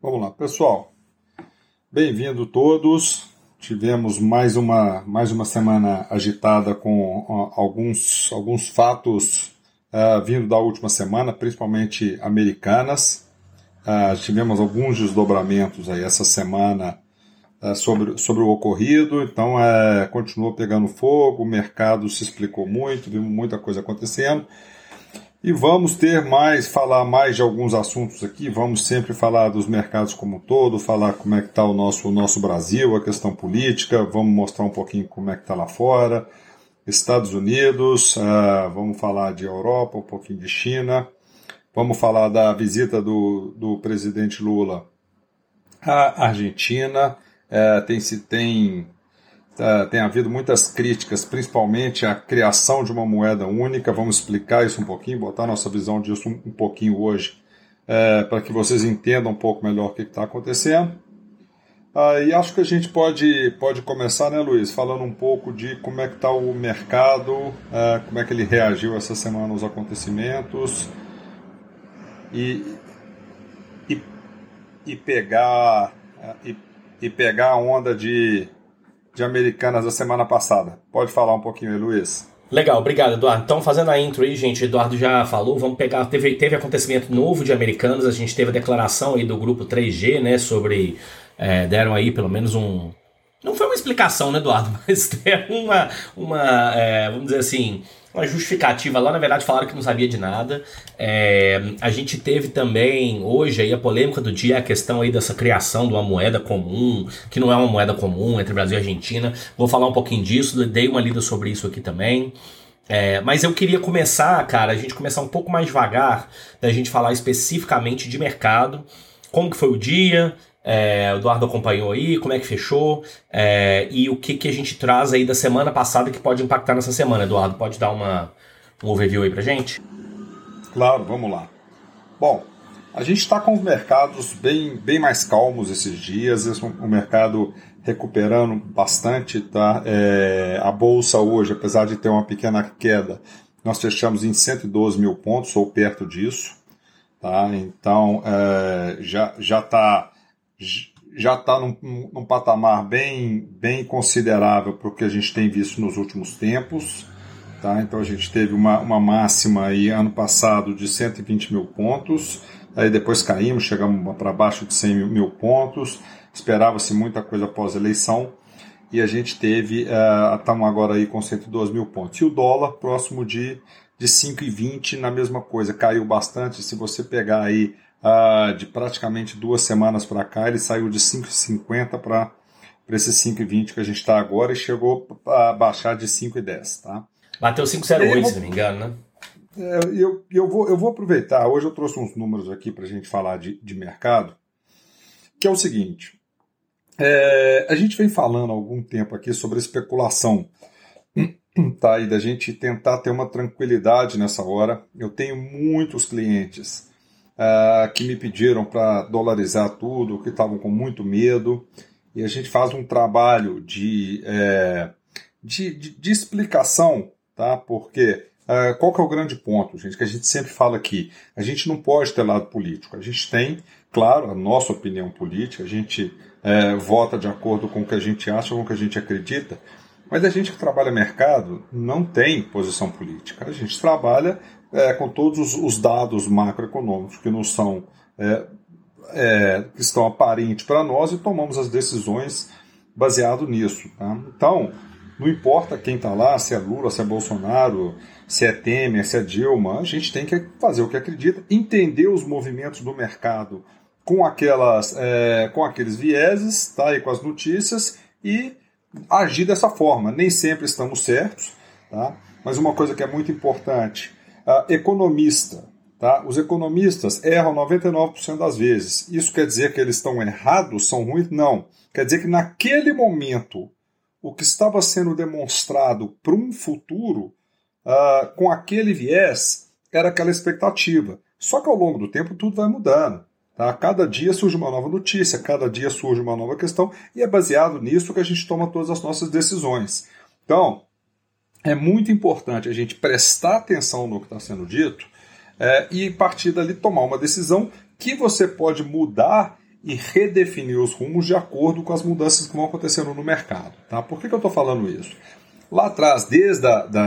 Vamos lá, pessoal. Bem-vindo todos. Tivemos mais uma semana agitada com alguns fatos vindo da última semana, principalmente americanas. Tivemos alguns desdobramentos aí essa semana sobre o ocorrido, então continuou pegando fogo, o mercado se explicou muito, vimos muita coisa acontecendo. E vamos falar mais de alguns assuntos aqui, vamos sempre falar dos mercados como um todo, falar como é que está o nosso Brasil, a questão política, vamos mostrar um pouquinho como é que está lá fora, Estados Unidos, vamos falar de Europa, um pouquinho de China, vamos falar da visita do presidente Lula à Argentina, tem havido muitas críticas, principalmente à criação de uma moeda única. Vamos explicar isso um pouquinho, botar nossa visão disso um pouquinho hoje, para que vocês entendam um pouco melhor o que está acontecendo. E acho que a gente pode começar, né, Luiz, falando um pouco de como é que está o mercado, como é que ele reagiu essa semana aos acontecimentos e pegar a onda de Americanas da semana passada. Pode falar um pouquinho aí, Luiz. Legal, obrigado, Eduardo. Então, fazendo a intro aí, gente, Eduardo já falou, vamos pegar, teve acontecimento novo de Americanas, a gente teve a declaração aí do grupo 3G, né, sobre, deram aí pelo menos não foi uma explicação, né, Eduardo, mas deram vamos dizer assim, uma justificativa lá, na verdade falaram que não sabia de nada. A gente teve também hoje aí a polêmica do dia, a questão aí dessa criação de uma moeda comum, que não é uma moeda comum entre Brasil e Argentina. Vou falar um pouquinho disso, dei uma lida sobre isso aqui também. Mas eu queria começar, cara, a gente começar um pouco mais devagar, da gente falar especificamente de mercado, como que foi o dia. O Eduardo acompanhou aí, como é que fechou, e o que a gente traz aí da semana passada que pode impactar nessa semana. Eduardo, pode dar um overview aí pra gente? Claro, vamos lá. Bom, a gente está com os mercados bem mais calmos esses dias, o mercado recuperando bastante, tá? A Bolsa hoje, apesar de ter uma pequena queda, nós fechamos em 112 mil pontos, ou perto disso, tá? Então, já está num patamar bem considerável para o que a gente tem visto nos últimos tempos. Tá? Então a gente teve uma máxima aí, ano passado de 120 mil pontos, aí depois caímos, chegamos para baixo de 100 mil pontos, esperava-se muita coisa pós-eleição, e a gente teve, estamos agora aí com 112 mil pontos. E o dólar próximo de 5,20 na mesma coisa, caiu bastante. Se você pegar aí de praticamente 2 semanas para cá, ele saiu de 5,50 para esses 5,20 que a gente está agora, e chegou a baixar de 5,10, tá? Bateu 5,08, se não me engano, né? Eu vou aproveitar, hoje eu trouxe uns números aqui para a gente falar de mercado, que é o seguinte, a gente vem falando há algum tempo aqui sobre especulação, tá? E da gente tentar ter uma tranquilidade nessa hora. Eu tenho muitos clientes que me pediram para dolarizar tudo, que estavam com muito medo, e a gente faz um trabalho de explicação, tá? Porque qual que é o grande ponto, gente, que a gente sempre fala aqui? A gente não pode ter lado político, a gente tem, claro, a nossa opinião política, a gente vota de acordo com o que a gente acha, com o que a gente acredita, mas a gente que trabalha mercado não tem posição política, a gente trabalha com todos os dados macroeconômicos que não são que estão aparentes para nós, e tomamos as decisões baseado nisso, tá? Então, não importa quem está lá, se é Lula, se é Bolsonaro, se é Temer, se é Dilma, a gente tem que fazer o que acredita, entender os movimentos do mercado com aqueles vieses, tá? E com as notícias, e agir dessa forma. Nem sempre estamos certos, tá? Mas uma coisa que é muito importante, economista, tá? Os economistas erram 99% das vezes. Isso quer dizer que eles estão errados, são ruins? Não. Quer dizer que naquele momento o que estava sendo demonstrado para um futuro, com aquele viés, era aquela expectativa. Só que ao longo do tempo tudo vai mudando. Tá? Cada dia surge uma nova notícia, cada dia surge uma nova questão, e é baseado nisso que a gente toma todas as nossas decisões. Então, é muito importante a gente prestar atenção no que está sendo dito, e a partir dali tomar uma decisão que você pode mudar e redefinir os rumos de acordo com as mudanças que vão acontecendo no mercado. Tá? Por que eu estou falando isso? Lá atrás, desde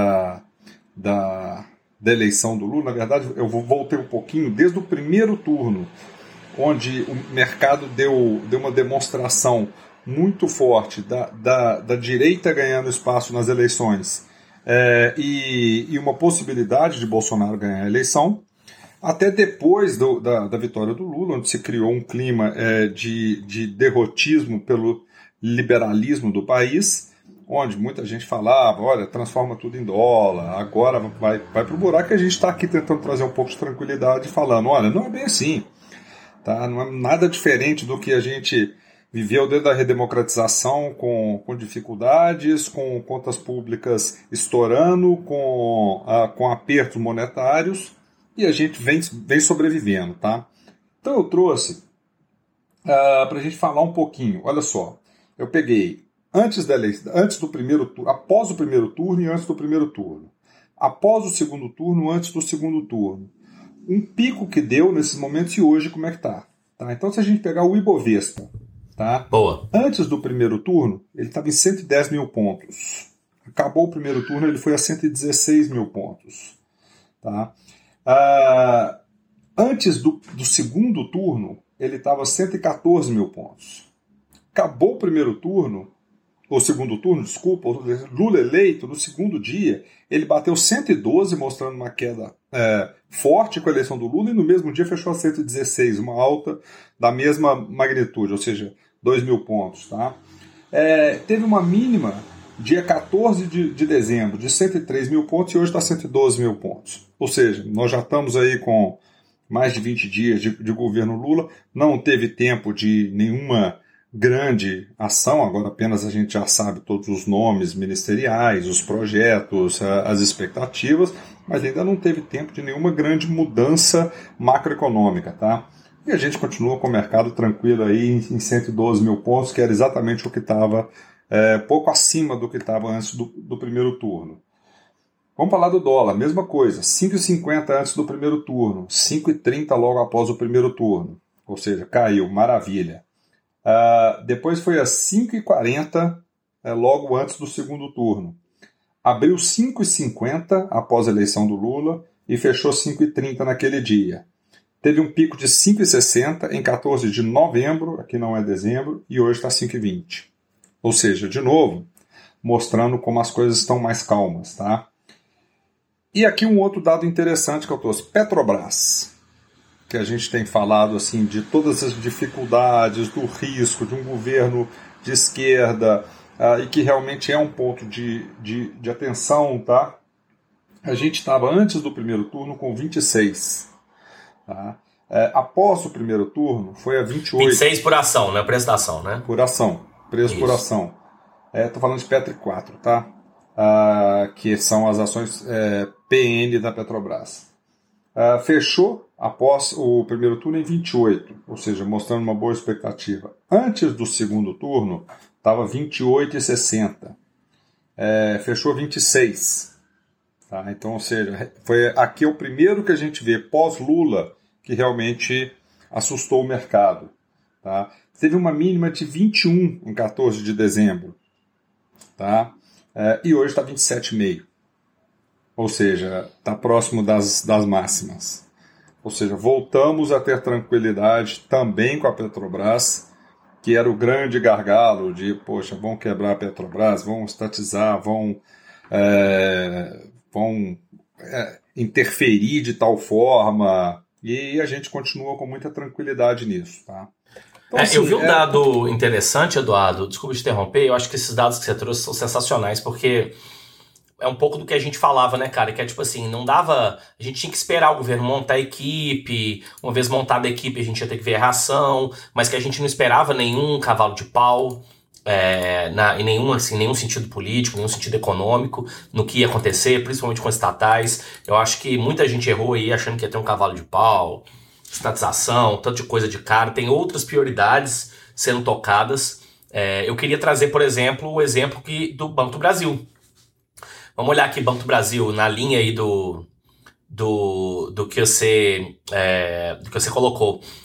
da eleição do Lula, na verdade, eu voltei um pouquinho, desde o primeiro turno, onde o mercado deu uma demonstração muito forte da direita ganhando espaço nas eleições e uma possibilidade de Bolsonaro ganhar a eleição, até depois da vitória do Lula, onde se criou um clima de derrotismo pelo liberalismo do país, onde muita gente falava, olha, transforma tudo em dólar, agora vai para o buraco, e a gente está aqui tentando trazer um pouco de tranquilidade, falando, olha, não é bem assim, tá? Não é nada diferente do que a gente viveu desde a redemocratização, com dificuldades, com contas públicas estourando, com apertos monetários, e a gente vem sobrevivendo, tá? Então eu trouxe para a gente falar um pouquinho, olha só, eu peguei antes do primeiro turno, após o primeiro turno e antes do primeiro turno. Após o segundo turno, antes do segundo turno. Um pico que deu nesses momentos e hoje como é que tá? Então se a gente pegar o Ibovespa, tá? Boa. Antes do primeiro turno, ele estava em 110 mil pontos. Acabou o primeiro turno, ele foi a 116 mil pontos. Tá? Antes do segundo turno, ele estava a 114 mil pontos. Acabou o primeiro turno, o segundo turno, desculpa, o Lula eleito, no segundo dia, ele bateu 112, mostrando uma queda forte com a eleição do Lula, e no mesmo dia fechou a 116, uma alta da mesma magnitude, ou seja, 2 mil pontos. Tá? Teve uma mínima dia 14 de dezembro de 103 mil pontos e hoje está 112 mil pontos. Ou seja, nós já estamos aí com mais de 20 dias de governo Lula, não teve tempo de nenhuma grande ação, agora apenas a gente já sabe todos os nomes ministeriais, os projetos, as expectativas, mas ainda não teve tempo de nenhuma grande mudança macroeconômica, tá? E a gente continua com o mercado tranquilo aí em 112 mil pontos, que era exatamente o que estava, pouco acima do que estava antes do primeiro turno. Vamos falar do dólar, mesma coisa, 5,50 antes do primeiro turno, 5,30 logo após o primeiro turno, ou seja, caiu, maravilha. Depois foi a 5,40 logo antes do segundo turno. Abriu 5,50 após a eleição do Lula e fechou 5,30 naquele dia. Teve um pico de 5,60 em 14 de novembro, aqui não é dezembro, e hoje está 5,20. Ou seja, de novo, mostrando como as coisas estão mais calmas. Tá? E aqui um outro dado interessante que eu trouxe, Petrobras, que a gente tem falado assim, de todas as dificuldades, do risco de um governo de esquerda, e que realmente é um ponto de atenção. Tá? A gente estava antes do primeiro turno com 26. Tá? Após o primeiro turno foi a 28. 26 por ação, né? Preço da ação, né? Por ação, preço por ação. Estou falando de Petro 4, tá? Que são as ações PN da Petrobras. Fechou após o primeiro turno em 28, ou seja, mostrando uma boa expectativa. Antes do segundo turno, estava 28,60. Fechou 26. Tá? Então, ou seja, aqui é o primeiro que a gente vê pós-Lula que realmente assustou o mercado. Tá? Teve uma mínima de 21 em 14 de dezembro. Tá? E hoje está 27,5. Ou seja, está próximo das máximas. Ou seja, voltamos a ter tranquilidade também com a Petrobras, que era o grande gargalo de, poxa, vão quebrar a Petrobras, vão estatizar, vão interferir de tal forma, e a gente continua com muita tranquilidade nisso. Tá? Então, assim, eu vi um dado interessante, Eduardo, desculpa te interromper, eu acho que esses dados que você trouxe são sensacionais, porque é um pouco do que a gente falava, né, cara, que é tipo assim, não dava, a gente tinha que esperar o governo montar a equipe, uma vez montada a equipe a gente ia ter que ver a reação, mas que a gente não esperava nenhum cavalo de pau, em nenhum sentido político, nenhum sentido econômico, no que ia acontecer, principalmente com as estatais. Eu acho que muita gente errou aí achando que ia ter um cavalo de pau, estatização, tanto de coisa de cara, tem outras prioridades sendo tocadas. Eu queria trazer, por exemplo, o exemplo do Banco do Brasil. Vamos olhar aqui Banco do Brasil na linha aí do que você colocou.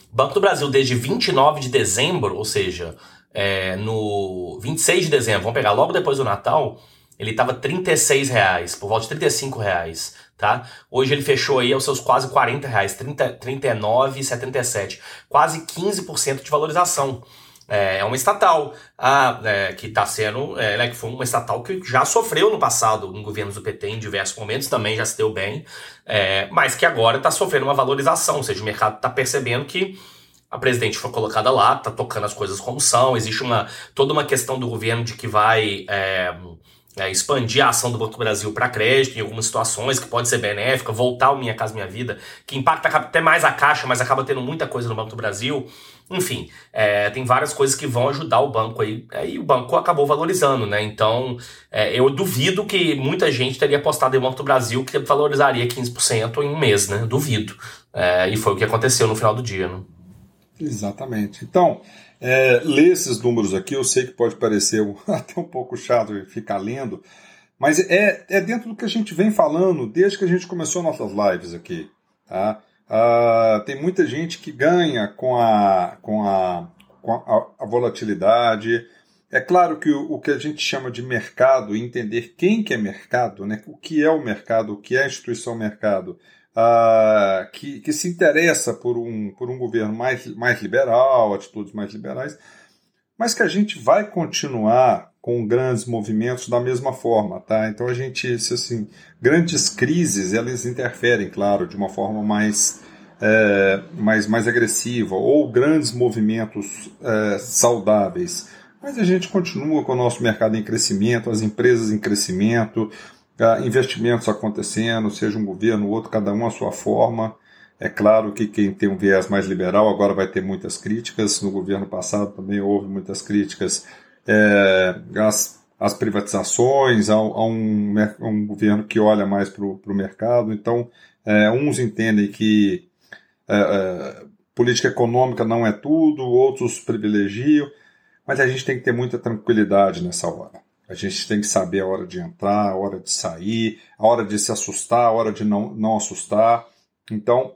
Banco do Brasil, desde 29 de dezembro, ou seja, no 26 de dezembro, vamos pegar logo depois do Natal, ele estava R$36, por volta de R$35, tá? Hoje ele fechou aí aos seus quase R$40, R$39,77, quase 15% de valorização. É uma estatal que está sendo, que foi uma estatal que já sofreu no passado em governos do PT em diversos momentos, também já se deu bem, mas que agora está sofrendo uma valorização, ou seja, o mercado está percebendo que a presidente foi colocada lá, está tocando as coisas como são, existe toda uma questão do governo de que vai expandir a ação do Banco do Brasil para crédito em algumas situações, que pode ser benéfica, voltar o Minha Casa Minha Vida, que impacta até mais a Caixa, mas acaba tendo muita coisa no Banco do Brasil. Enfim, tem várias coisas que vão ajudar o banco aí, e o banco acabou valorizando, né? Então, eu duvido que muita gente teria apostado em Banco do Brasil que valorizaria 15% em um mês, né? Duvido. E foi o que aconteceu no final do dia, né? Exatamente. Então, ler esses números aqui, eu sei que pode parecer até um pouco chato ficar lendo, mas é dentro do que a gente vem falando desde que a gente começou nossas lives aqui, tá? Tem muita gente que ganha com a volatilidade. É claro que o que a gente chama de mercado, entender quem que é mercado, né? O que é o mercado, o que é a instituição mercado, que se interessa por um governo mais liberal, atitudes mais liberais, mas que a gente vai continuar com grandes movimentos da mesma forma, tá? Então a gente, grandes crises, elas interferem, claro, de uma forma mais agressiva, ou grandes movimentos saudáveis, mas a gente continua com o nosso mercado em crescimento, as empresas em crescimento, investimentos acontecendo, seja um governo ou outro, cada um à sua forma. É claro que quem tem um viés mais liberal agora vai ter muitas críticas. No governo passado também houve muitas críticas às privatizações, a um governo que olha mais para o mercado. Então, uns entendem que política econômica não é tudo, outros privilegiam, mas a gente tem que ter muita tranquilidade nessa hora. A gente tem que saber a hora de entrar, a hora de sair, a hora de se assustar, a hora de não assustar. Então,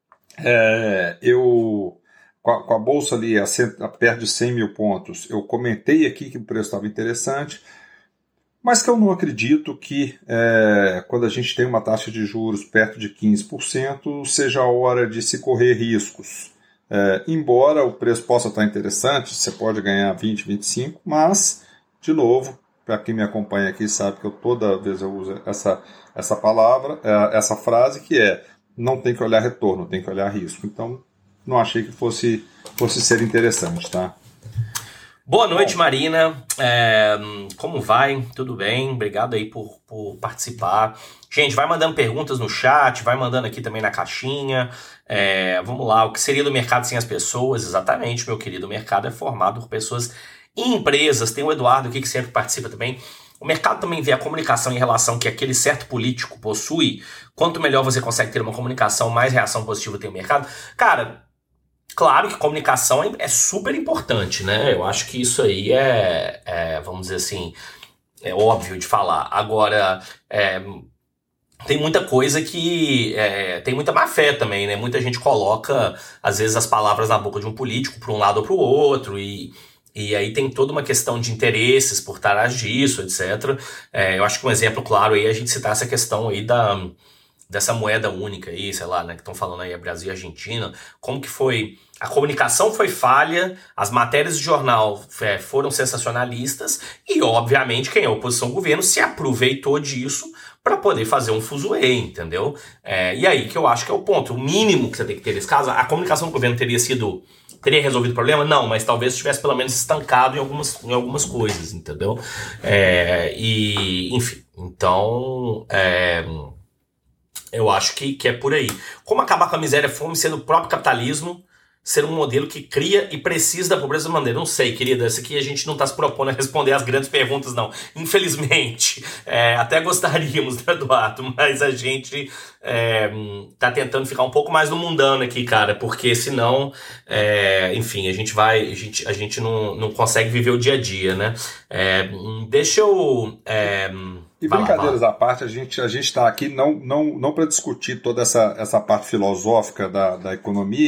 com a bolsa ali perto de 100 mil pontos, eu comentei aqui que o preço estava interessante, mas que eu não acredito que quando a gente tem uma taxa de juros perto de 15%, seja a hora de se correr riscos. Embora o preço possa estar interessante, você pode ganhar 20, 25, mas, de novo, para quem me acompanha aqui sabe que toda vez eu uso essa palavra, essa frase, que não tem que olhar retorno, tem que olhar risco. Então, não achei que fosse ser interessante, tá? Boa noite, Marina. Como vai? Tudo bem? Obrigado aí por participar. Gente, vai mandando perguntas no chat, vai mandando aqui também na caixinha. Vamos lá, o que seria do mercado sem as pessoas? Exatamente, meu querido. O mercado é formado por pessoas e empresas. Tem o Eduardo aqui que sempre participa também. O mercado também vê a comunicação em relação que aquele certo político possui. Quanto melhor você consegue ter uma comunicação, mais reação positiva tem o mercado. Cara, claro que comunicação é super importante, né? Eu acho que isso aí vamos dizer assim, é óbvio de falar. Agora, tem muita coisa que tem muita má fé também, né? Muita gente coloca, às vezes, as palavras na boca de um político para um lado ou para o outro, e aí tem toda uma questão de interesses por trás disso, etc. Eu acho que um exemplo claro aí é a gente citar essa questão aí dessa moeda única aí, sei lá, né, que estão falando aí, Brasil e Argentina, como que foi, a comunicação foi falha, as matérias de jornal foram sensacionalistas e, obviamente, quem é oposição ao governo se aproveitou disso para poder fazer um fuzuê, entendeu? E aí que eu acho que é o ponto, o mínimo que você tem que ter nesse caso, a comunicação do governo teria resolvido o problema? Não, mas talvez estivesse pelo menos estancado em algumas coisas, entendeu? Enfim, então, eu acho que é por aí. Como acabar com a miséria e a fome sendo o próprio capitalismo ser um modelo que cria e precisa da pobreza de maneira? Não sei, querida, isso aqui a gente não está se propondo a responder as grandes perguntas, não. Infelizmente, até gostaríamos, né, Eduardo, mas a gente tá tentando ficar um pouco mais no mundano aqui, cara, porque senão, enfim, a gente não consegue viver o dia a dia, né? Deixa eu... E brincadeiras à parte, a gente está aqui não para discutir toda essa parte filosófica da economia,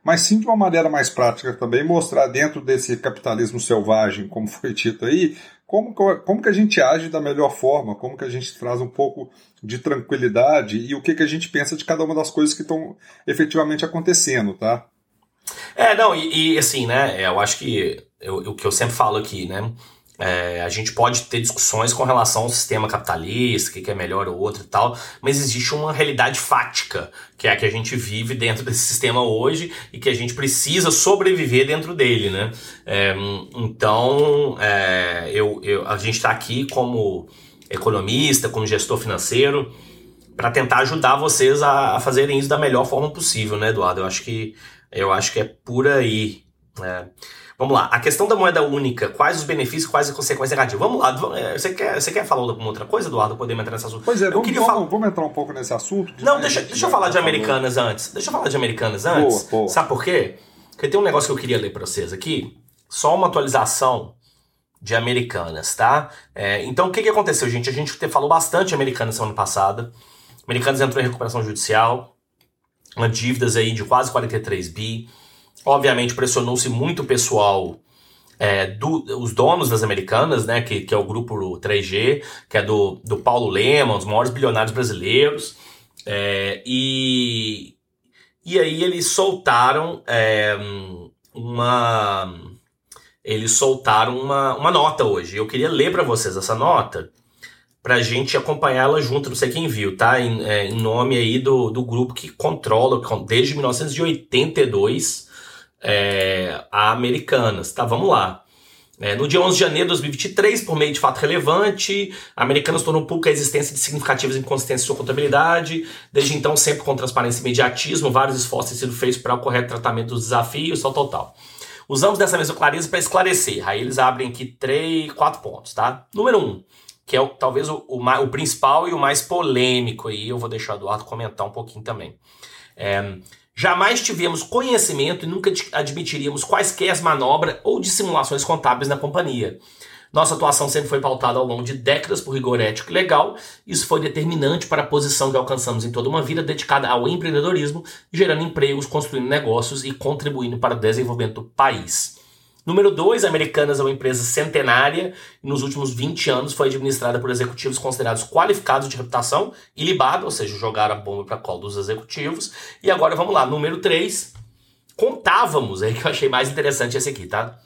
mas sim de uma maneira mais prática também, mostrar dentro desse capitalismo selvagem, como foi dito aí, como que a gente age da melhor forma, como que a gente traz um pouco de tranquilidade e o que a gente pensa de cada uma das coisas que estão efetivamente acontecendo, tá? Não, e assim, né, eu acho que o que eu sempre falo aqui, né, a gente pode ter discussões com relação ao sistema capitalista, o que é melhor ou outro e tal, mas existe uma realidade fática, que é a que a gente vive dentro desse sistema hoje e que a gente precisa sobreviver dentro dele, né? Então, a gente está aqui como economista, como gestor financeiro, para tentar ajudar vocês a fazerem isso da melhor forma possível, né, Eduardo? Eu acho que é por aí, né? Vamos lá, a questão da moeda única, quais os benefícios, quais as consequências negativas? Vamos lá, você quer falar alguma outra coisa, Eduardo, poder entrar nesse assunto? Pois é, vamos entrar um pouco nesse assunto. Não, deixa eu falar de Americanas antes. Boa. Sabe por quê? Porque tem um negócio que eu queria ler para vocês aqui, só uma atualização de Americanas, tá? Então, o que aconteceu, gente? A gente falou bastante de Americanas semana passada. Americanas entrou em recuperação judicial, uma dívidas aí de quase 43 bi. Obviamente pressionou-se muito o pessoal, os donos das Americanas, né, que é o grupo 3G, que é do Paulo Lemann, um dos maiores bilionários brasileiros. E aí eles soltaram uma nota hoje. Eu queria ler para vocês essa nota, pra gente acompanhar ela junto, não sei quem viu, tá? Em nome aí do grupo que controla, desde 1982, a Americanas, tá? Vamos lá. No dia 11 de janeiro de 2023, por meio de fato relevante, a Americanas tornou pública a existência de significativas inconsistências em sua contabilidade. Desde então, sempre com transparência e imediatismo, vários esforços têm sido feitos para o correto tratamento dos desafios, tal. Usamos dessa mesma clareza para esclarecer. Aí eles abrem aqui 4 pontos, tá? Número 1, que é talvez o principal e o mais polêmico aí, eu vou deixar o Eduardo comentar um pouquinho também. Jamais tivemos conhecimento e nunca admitiríamos quaisquer manobras ou dissimulações contábeis na companhia. Nossa atuação sempre foi pautada ao longo de décadas por rigor ético e legal. Isso foi determinante para a posição que alcançamos em toda uma vida dedicada ao empreendedorismo, gerando empregos, construindo negócios e contribuindo para o desenvolvimento do país. Número 2, a Americanas é uma empresa centenária e nos últimos 20 anos foi administrada por executivos considerados qualificados de reputação e libado, ou seja, jogaram a bomba para a cola dos executivos. E agora vamos lá, número 3, contávamos, aí que eu achei mais interessante esse aqui, tá?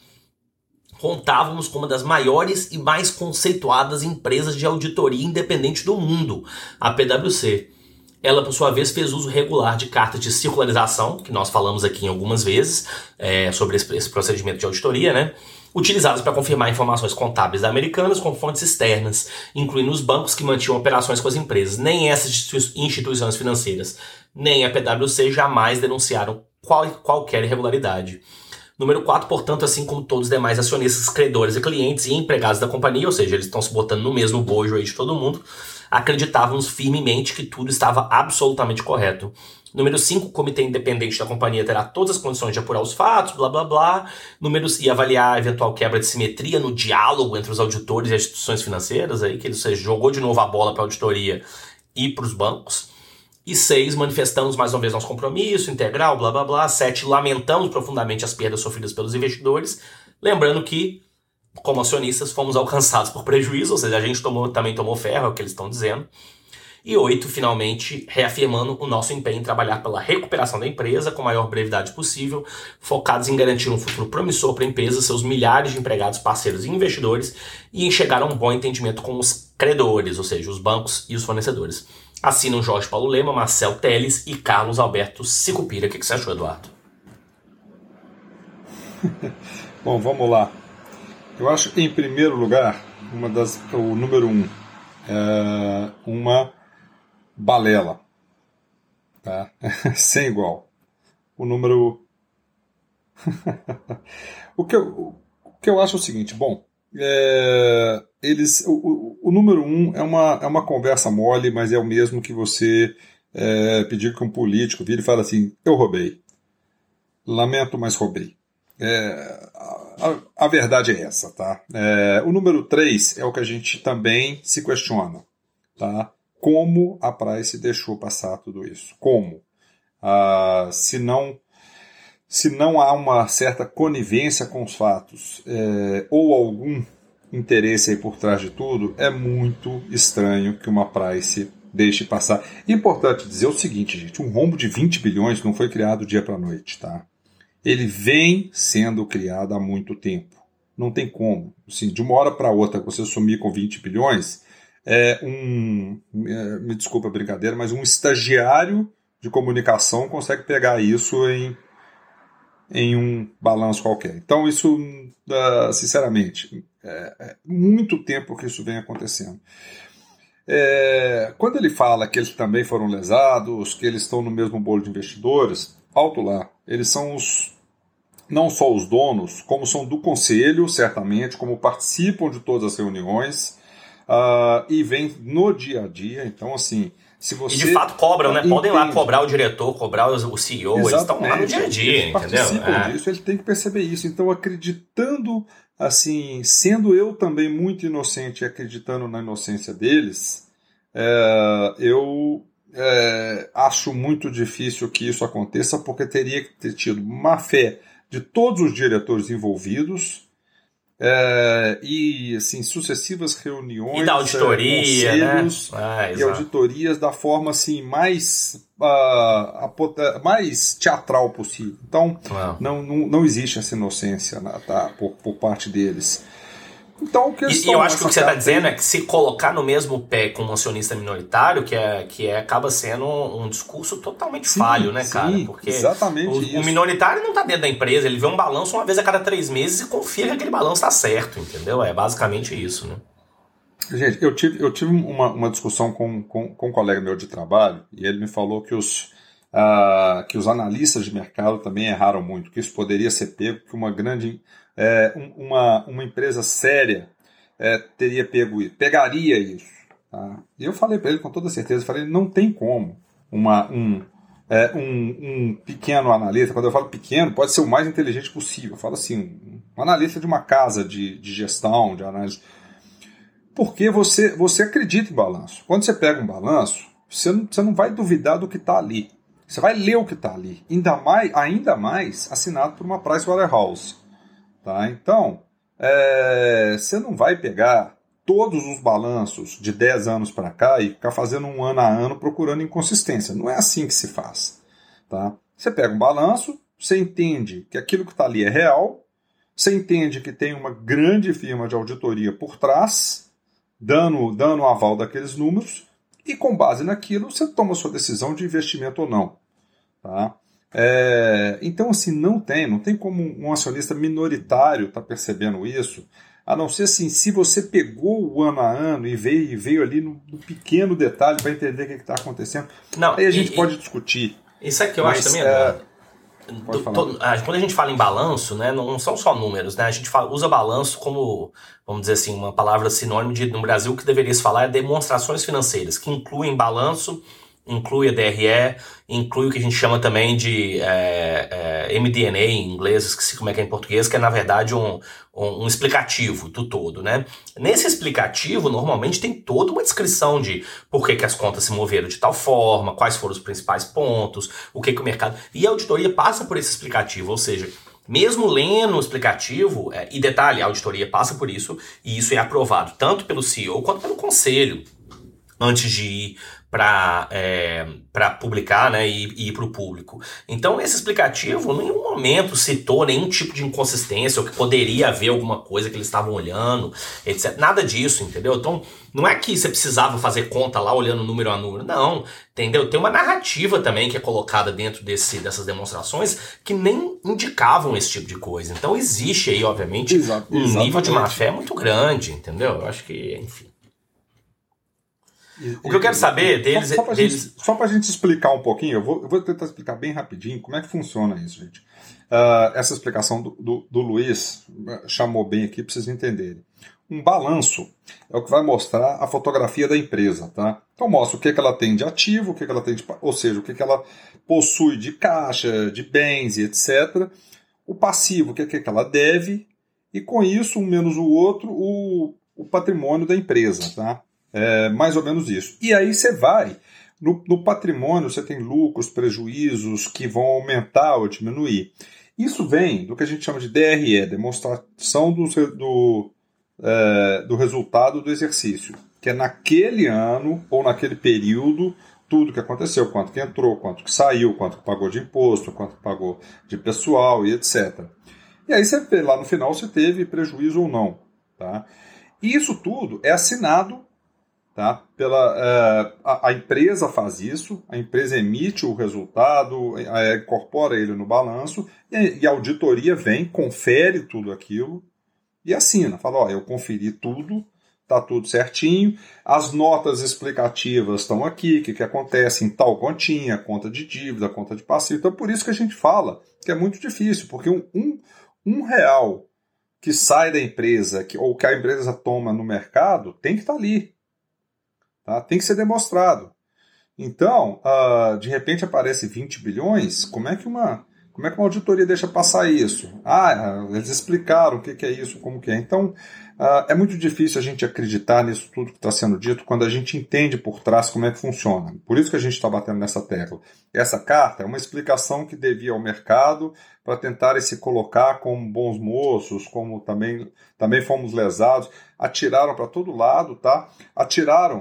Contávamos com uma das maiores e mais conceituadas empresas de auditoria independente do mundo, a PwC. Ela, por sua vez, fez uso regular de cartas de circularização, que nós falamos aqui em algumas vezes, sobre esse procedimento de auditoria, né? Utilizadas para confirmar informações contábeis da Americanas com fontes externas, incluindo os bancos que mantinham operações com as empresas. Nem essas instituições financeiras, nem a PwC jamais denunciaram qualquer irregularidade. Número 4, portanto, assim como todos os demais acionistas, credores e clientes e empregados da companhia, ou seja, eles estão se botando no mesmo bojo aí de todo mundo, acreditávamos firmemente que tudo estava absolutamente correto. Número 5, o comitê independente da companhia terá todas as condições de apurar os fatos, blá blá blá, e avaliar a eventual quebra de simetria no diálogo entre os auditores e as instituições financeiras, aí, que você jogou de novo a bola para a auditoria e para os bancos. E 6, manifestamos mais uma vez nosso compromisso integral, blá blá blá. 7, lamentamos profundamente as perdas sofridas pelos investidores, lembrando que, como acionistas, fomos alcançados por prejuízo, ou seja, a gente também tomou ferro, é o que eles estão dizendo. E 8, finalmente, reafirmando o nosso empenho em trabalhar pela recuperação da empresa com a maior brevidade possível, focados em garantir um futuro promissor para a empresa, seus milhares de empregados, parceiros e investidores, e em chegar a um bom entendimento com os credores, ou seja, os bancos e os fornecedores. Assinam Jorge Paulo Lemann, Marcel Teles e Carlos Alberto Sicupira. O que você achou, Eduardo? Bom, vamos lá. Eu acho que, em primeiro lugar, o número 1 é uma balela, tá? Sem igual. O número... o que eu acho é o seguinte, bom, o número 1 é uma conversa mole, mas é o mesmo que você pedir que um político vire e fale assim, eu roubei. Lamento, mas roubei. A verdade é essa, tá? O número 3 é o que a gente também se questiona, tá? Como a Price deixou passar tudo isso? Como? Se não se não há uma certa conivência com os fatos ou algum interesse aí por trás de tudo, é muito estranho que uma Price deixe passar. Importante dizer o seguinte, gente, um rombo de 20 bilhões não foi criado do dia para a noite, tá? Ele vem sendo criado há muito tempo. Não tem como. Assim, de uma hora para outra, você sumir com 20 bilhões, me desculpa a brincadeira, mas um estagiário de comunicação consegue pegar isso em um balanço qualquer. Então, isso, sinceramente, é muito tempo que isso vem acontecendo. Quando ele fala que eles também foram lesados, que eles estão no mesmo bolo de investidores, alto lá. Eles são não só os donos, como são do conselho, certamente, como participam de todas as reuniões e vêm no dia a dia. Então, assim, se você... E de fato cobram, né? Podem lá cobrar o diretor, cobrar o CEO, exatamente, eles estão lá no dia a dia, eles participam disso, ele tem que perceber isso. Então, acreditando, assim, sendo eu também muito inocente e acreditando na inocência deles, eu acho muito difícil que isso aconteça, porque teria que ter tido má fé de todos os diretores envolvidos e assim, sucessivas reuniões e da auditoria, conselhos, né? E auditorias da forma assim, mais teatral possível. Então não existe essa inocência, tá, por parte deles. Então, e eu acho que o que você está dizendo é que se colocar no mesmo pé com um acionista minoritário, acaba sendo um discurso totalmente falho, né, cara? Porque exatamente o minoritário não está dentro da empresa, ele vê um balanço uma vez a cada 3 meses e confia que aquele balanço está certo, entendeu? É basicamente isso, né? Gente, eu tive uma discussão com um colega meu de trabalho e ele me falou que os analistas de mercado também erraram muito, que isso poderia ser pego, que uma grande... uma empresa séria pegaria isso. Tá? E eu falei para ele com toda certeza, não tem como um pequeno analista, quando eu falo pequeno, pode ser o mais inteligente possível. Eu falo assim, um analista de uma casa de gestão, de análise. Porque você acredita em balanço. Quando você pega um balanço, você não vai duvidar do que está ali. Você vai ler o que está ali. Ainda mais assinado por uma Pricewaterhouse. Tá? Então, você não vai pegar todos os balanços de 10 anos para cá e ficar fazendo um ano a ano procurando inconsistência. Não é assim que se faz. Tá? Você pega um balanço, você entende que aquilo que está ali é real, você entende que tem uma grande firma de auditoria por trás, dando o aval daqueles números, e com base naquilo você toma a sua decisão de investimento ou não. Tá? Então, assim, não tem como um acionista minoritário estar percebendo isso, a não ser assim, se você pegou o ano a ano e veio ali no pequeno detalhe para entender o que está acontecendo. Não, aí a gente pode discutir. Isso é que eu acho também. Quando a gente fala em balanço, né, não são só números, né, a gente usa balanço como, vamos dizer assim, uma palavra sinônimo no Brasil que deveria se falar é demonstrações financeiras, que incluem balanço, inclui a DRE, inclui o que a gente chama também de MD&A em inglês, esqueci como é que é em português, que é na verdade um explicativo do todo, né? Nesse explicativo, normalmente tem toda uma descrição de por que as contas se moveram de tal forma, quais foram os principais pontos, o que o mercado... E a auditoria passa por esse explicativo, ou seja, mesmo lendo o explicativo, e detalhe, a auditoria passa por isso, e isso é aprovado tanto pelo CEO quanto pelo conselho, antes de ir para publicar, né, e ir para o público. Então, esse explicativo em nenhum momento citou nenhum tipo de inconsistência ou que poderia haver alguma coisa que eles estavam olhando, etc. Nada disso, entendeu? Então, não é que você precisava fazer conta lá olhando número a número, não, entendeu? Tem uma narrativa também que é colocada dentro dessas demonstrações que nem indicavam esse tipo de coisa. Então, existe aí, obviamente, um nível de má-fé muito grande, entendeu? Eu acho que, enfim. O que eu quero saber deles... Só para a gente explicar um pouquinho, eu vou tentar explicar bem rapidinho como é que funciona isso, gente. Essa explicação do Luiz chamou bem aqui para vocês entenderem. Um balanço é o que vai mostrar a fotografia da empresa, tá? Então mostra o que ela tem de ativo, o que ela tem ou seja, o que ela possui de caixa, de bens e etc. O passivo, o que ela deve, e com isso, um menos o outro, o patrimônio da empresa, tá? Mais ou menos isso. E aí você vai No patrimônio você tem lucros, prejuízos que vão aumentar ou diminuir. Isso vem do que a gente chama de DRE, demonstração do resultado do exercício, que é naquele ano ou naquele período tudo que aconteceu, quanto que entrou, quanto que saiu, quanto que pagou de imposto, quanto que pagou de pessoal e etc. E aí você vê lá no final se teve prejuízo ou não. Tá? E isso tudo é assinado, tá? A empresa faz isso, a empresa emite o resultado, incorpora ele no balanço, e a auditoria vem, confere tudo aquilo e assina. Fala, ó, eu conferi tudo, está tudo certinho, as notas explicativas estão aqui, o que acontece em tal continha, conta de dívida, conta de passivo. Então, por isso que a gente fala que é muito difícil, porque um real que sai da empresa, ou que a empresa toma no mercado, tem que estar ali. Tá? Tem que ser demonstrado. Então, de repente aparece 20 bilhões, como é que uma auditoria deixa passar isso? Eles explicaram o que é isso, como que é. Então, é muito difícil a gente acreditar nisso tudo que está sendo dito quando a gente entende por trás como é que funciona. Por isso que a gente está batendo nessa tecla. Essa carta é uma explicação que devia ao mercado para tentar se colocar como bons moços, como também fomos lesados. Atiraram para todo lado, tá? Atiraram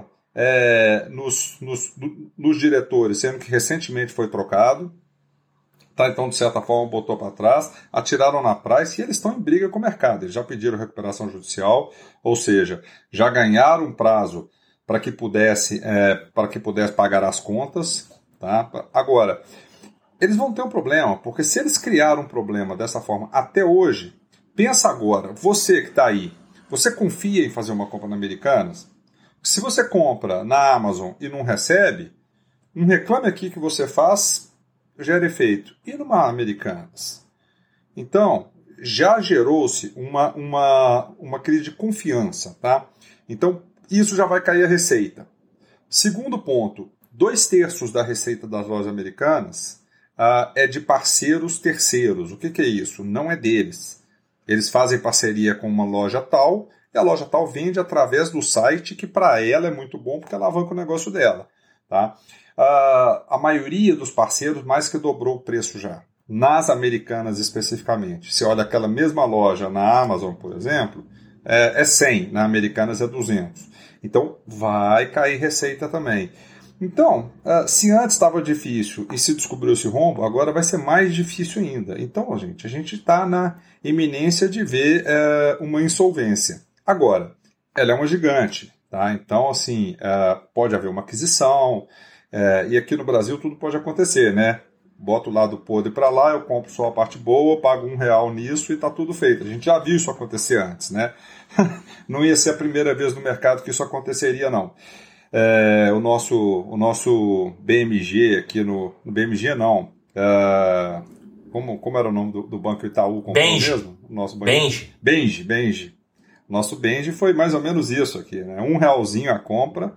nos diretores, sendo que recentemente foi trocado. Tá, então, de certa forma, botou para trás, atiraram na Price e eles estão em briga com o mercado. Eles já pediram recuperação judicial, ou seja, já ganharam um prazo para que pudesse pagar as contas. Tá? Agora, eles vão ter um problema, porque se eles criaram um problema dessa forma até hoje, pensa agora, você que está aí, você confia em fazer uma compra na Americanas? Se você compra na Amazon e não recebe, um reclame aqui que você faz gera efeito. E numa Americanas? Então, já gerou-se uma crise de confiança. Tá? Então, isso já vai cair a receita. Segundo ponto, 2/3 da receita das lojas americanas é de parceiros terceiros. O que é isso? Não é deles. Eles fazem parceria com uma loja tal, e a loja tal vende através do site, que para ela é muito bom, porque alavanca o negócio dela. Tá? A maioria dos parceiros mais que dobrou o preço já. Nas Americanas especificamente. Se olha aquela mesma loja na Amazon, por exemplo, é 100, na Americanas é 200. Então vai cair receita também. Então, se antes estava difícil e se descobriu esse rombo, agora vai ser mais difícil ainda. Então, a gente está na iminência de ver uma insolvência. Agora, ela é uma gigante. Tá? Então, assim, pode haver uma aquisição, e aqui no Brasil tudo pode acontecer, né? Boto o lado podre para lá, eu compro só a parte boa, pago R$1 nisso e está tudo feito. A gente já viu isso acontecer antes, né? Não ia ser a primeira vez no mercado que isso aconteceria, não. O nosso BMG aqui no BMG, não. Como era o nome do Banco Itaú? Benji. Mesmo? Nosso Benji. Nosso Benji foi mais ou menos isso aqui, né? R$1 a compra.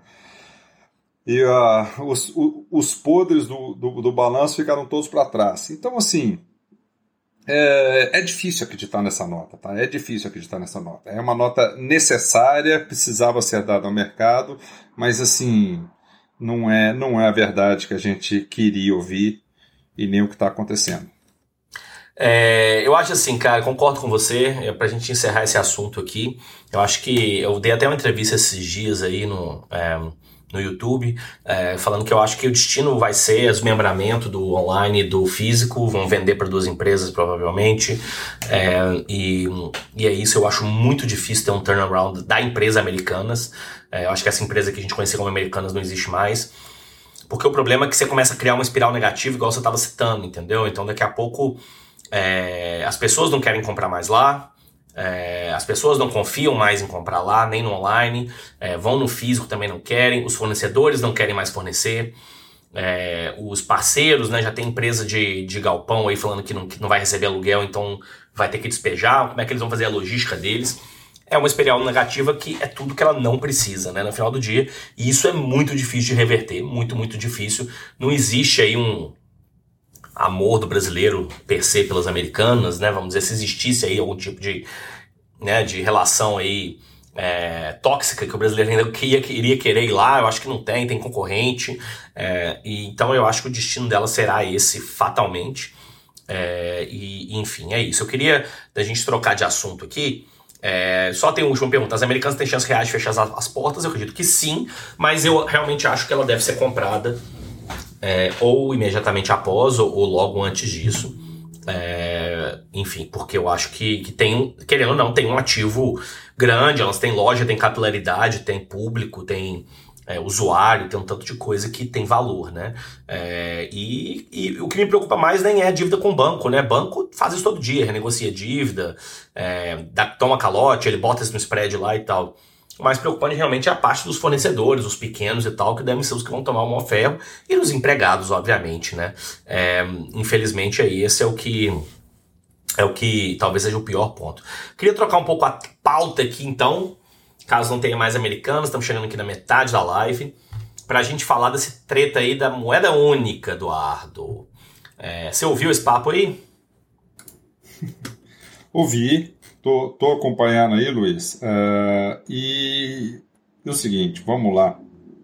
E os podres do balanço ficaram todos para trás. Então, assim, é difícil acreditar nessa nota, tá? É difícil acreditar nessa nota. É uma nota necessária, precisava ser dada ao mercado, mas, assim, não é a verdade que a gente queria ouvir e nem o que está acontecendo. Eu acho assim, cara, concordo com você, pra gente encerrar esse assunto aqui. Eu acho que eu dei até uma entrevista esses dias aí no YouTube, falando que eu acho que o destino vai ser o desmembramento do online e do físico, vão vender para 2 empresas provavelmente, e é isso. Eu acho muito difícil ter um turnaround da empresa Americanas. Eu acho que essa empresa que a gente conhecia como Americanas não existe mais, porque o problema é que você começa a criar uma espiral negativa, igual você estava citando, entendeu? Então daqui a pouco as pessoas não querem comprar mais lá, as pessoas não confiam mais em comprar lá, nem no online, vão no físico, também não querem, os fornecedores não querem mais fornecer, os parceiros, né, já tem empresa de galpão aí falando que não vai receber aluguel, então vai ter que despejar. Como é que eles vão fazer a logística deles? É uma espiral negativa que é tudo que ela não precisa, né, no final do dia, e isso é muito difícil de reverter, muito, muito difícil. Não existe aí um amor do brasileiro per se pelas Americanas, né? Vamos dizer, se existisse aí algum tipo de relação aí tóxica, que o brasileiro ainda iria querer ir lá. Eu acho que não tem concorrente, e então eu acho que o destino dela será esse, fatalmente. Enfim, é isso. Eu queria da gente trocar de assunto aqui. Só tem uma última pergunta: as americanas têm chance reais de fechar as portas? Eu acredito que sim, mas eu realmente acho que ela deve ser comprada ou imediatamente após ou logo antes disso. Enfim, porque eu acho que tem, querendo ou não, tem um ativo grande. Elas têm loja, tem capilaridade, tem público, tem usuário, tem um tanto de coisa que tem valor, né? E o que me preocupa mais nem é a dívida com o banco, né? Banco faz isso todo dia, renegocia dívida, toma calote, ele bota isso no spread lá e tal. O mais preocupante realmente é a parte dos fornecedores, os pequenos e tal, que devem ser os que vão tomar o maior ferro, e os empregados, obviamente, né? Infelizmente, esse é o que talvez seja o pior ponto. Queria trocar um pouco a pauta aqui, então, caso não tenha mais americanos. Estamos chegando aqui na metade da live, pra gente falar desse treta aí da moeda única, Eduardo. Você ouviu esse papo aí? Ouvi. Tô acompanhando aí, Luiz. E é o seguinte, vamos lá.